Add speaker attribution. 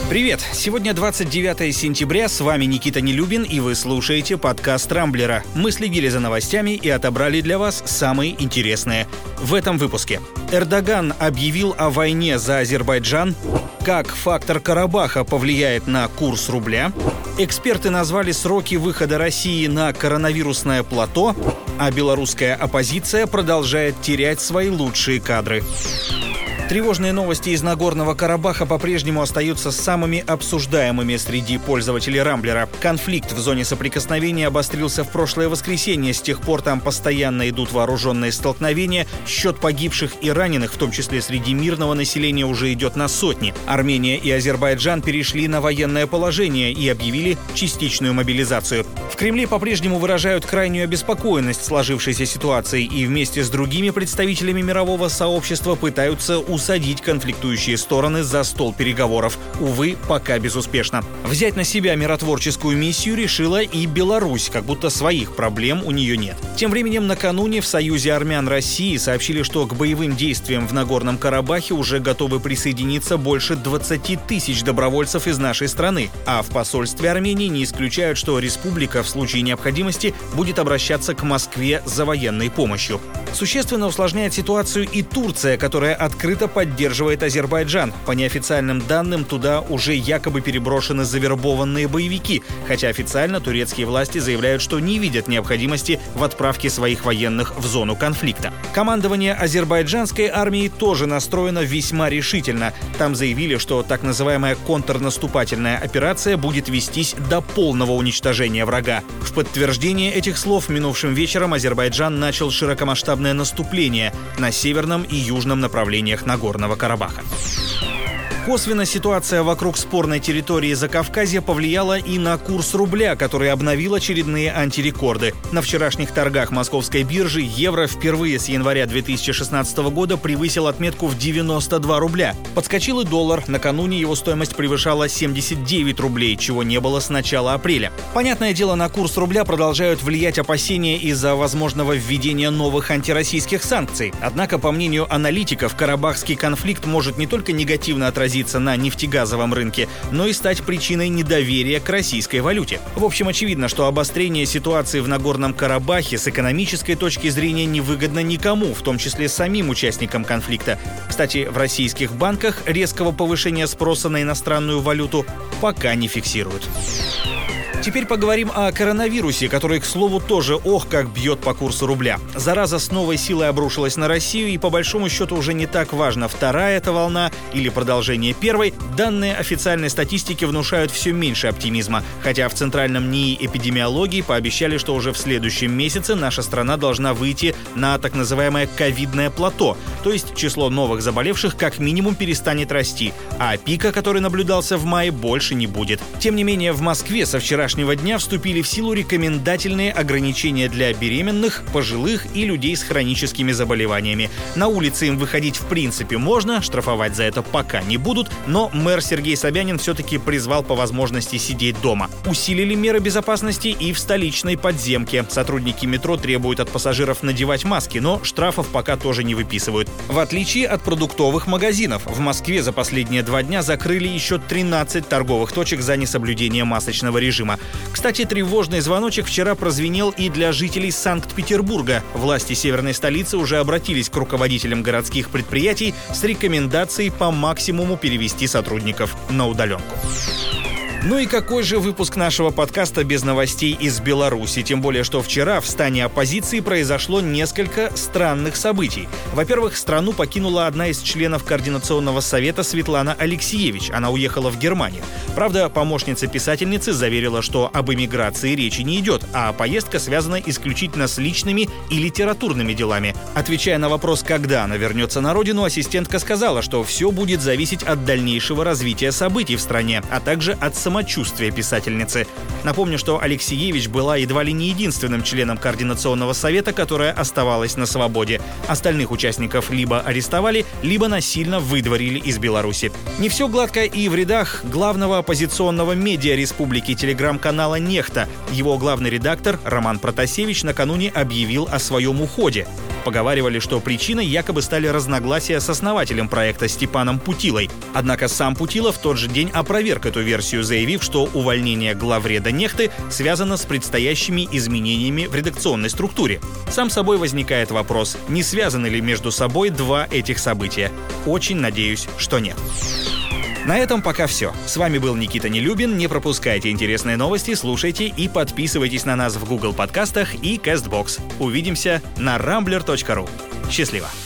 Speaker 1: Привет! Сегодня 29 сентября, с вами Никита Нелюбин, и вы слушаете подкаст «Рамблера». Мы следили за новостями и отобрали для вас самые интересные. В этом выпуске. Эрдоган объявил о войне за Азербайджан. Как фактор Карабаха повлияет на курс рубля. Эксперты назвали сроки выхода России на коронавирусное плато. А белорусская оппозиция продолжает терять свои лучшие кадры. Тревожные новости из Нагорного Карабаха по-прежнему остаются самыми обсуждаемыми среди пользователей Рамблера. Конфликт в зоне соприкосновения обострился в прошлое воскресенье. С тех пор там постоянно идут вооруженные столкновения. Счет погибших и раненых, в том числе среди мирного населения, уже идет на сотни. Армения и Азербайджан перешли на военное положение и объявили частичную мобилизацию. В Кремле по-прежнему выражают крайнюю обеспокоенность сложившейся ситуацией и вместе с другими представителями мирового сообщества пытаются усадить конфликтующие стороны за стол переговоров. Увы, пока безуспешно. Взять на себя миротворческую миссию решила и Беларусь, как будто своих проблем у нее нет. Тем временем накануне в Союзе армян России сообщили, что к боевым действиям в Нагорном Карабахе уже готовы присоединиться больше 20 тысяч добровольцев из нашей страны, а в посольстве Армении не исключают, что республика в случае необходимости будет обращаться к Москве за военной помощью. Существенно усложняет ситуацию и Турция, которая открыто поддерживает Азербайджан. По неофициальным данным, туда уже якобы переброшены завербованные боевики, хотя официально турецкие власти заявляют, что не видят необходимости в отправке своих военных в зону конфликта. Командование азербайджанской армии тоже настроено весьма решительно. Там заявили, что так называемая контрнаступательная операция будет вестись до полного уничтожения врага. В подтверждение этих слов минувшим вечером Азербайджан начал широкомасштабное наступление на северном и южном направлениях Нагорного Карабаха. Косвенно ситуация вокруг спорной территории Закавказья повлияла и на курс рубля, который обновил очередные антирекорды. На вчерашних торгах московской биржи евро впервые с января 2016 года превысил отметку в 92 рубля. Подскочил и доллар. Накануне его стоимость превышала 79 рублей, чего не было с начала апреля. Понятное дело, на курс рубля продолжают влиять опасения из-за возможного введения новых антироссийских санкций. Однако, по мнению аналитиков, карабахский конфликт может не только негативно отразиться на нефтегазовом рынке, но и стать причиной недоверия к российской валюте. В общем, очевидно, что обострение ситуации в Нагорном Карабахе с экономической точки зрения невыгодно никому, в том числе самим участникам конфликта. Кстати, в российских банках резкого повышения спроса на иностранную валюту пока не фиксируют. Теперь поговорим о коронавирусе, который, к слову, тоже как бьет по курсу рубля. Зараза с новой силой обрушилась на Россию, и по большому счету уже не так важно, вторая эта волна или продолжение первой. Данные официальной статистики внушают все меньше оптимизма. Хотя в Центральном НИИ эпидемиологии пообещали, что уже в следующем месяце наша страна должна выйти на так называемое ковидное плато, то есть число новых заболевших как минимум перестанет расти, а пика, который наблюдался в мае, больше не будет. Тем не менее, в Москве со вчерашнего дня вступили в силу рекомендательные ограничения для беременных, пожилых и людей с хроническими заболеваниями. На улице им выходить в принципе можно, штрафовать за это пока не будут, но мэр Сергей Собянин все-таки призвал по возможности сидеть дома. Усилили меры безопасности и в столичной подземке. Сотрудники метро требуют от пассажиров надевать маски, но штрафов пока тоже не выписывают. В отличие от продуктовых магазинов, в Москве за последние 2 дня закрыли еще 13 торговых точек за несоблюдение масочного режима. Кстати, тревожный звоночек вчера прозвенел и для жителей Санкт-Петербурга. Власти северной столицы уже обратились к руководителям городских предприятий с рекомендацией по максимуму перевести сотрудников на удаленку. Ну и какой же выпуск нашего подкаста без новостей из Беларуси? Тем более, что вчера в стане оппозиции произошло несколько странных событий. Во-первых, страну покинула одна из членов Координационного совета Светлана Алексиевич. Она уехала в Германию. Правда, помощница писательницы заверила, что об эмиграции речи не идет, а поездка связана исключительно с личными и литературными делами. Отвечая на вопрос, когда она вернется на родину, ассистентка сказала, что все будет зависеть от дальнейшего развития событий в стране, а также от самочувствия писательницы. Напомню, что Алексиевич была едва ли не единственным членом Координационного совета, которая оставалась на свободе. Остальных участников либо арестовали, либо насильно выдворили из Беларуси. Не все гладко и в рядах главного оппозиционного медиа республики телеграм-канала «Нехта». Его главный редактор Роман Протасевич накануне объявил о своем уходе. Поговаривали, что причиной якобы стали разногласия с основателем проекта Степаном Путилой. Однако сам Путила в тот же день опроверг эту версию, заявив, что увольнение главреда Нехты связано с предстоящими изменениями в редакционной структуре. Сам собой возникает вопрос, не связаны ли между собой два этих события. Очень надеюсь, что нет. На этом пока все. С вами был Никита Нелюбин. Не пропускайте интересные новости, слушайте и подписывайтесь на нас в Google подкастах и CastBox. Увидимся на rambler.ru. Счастливо!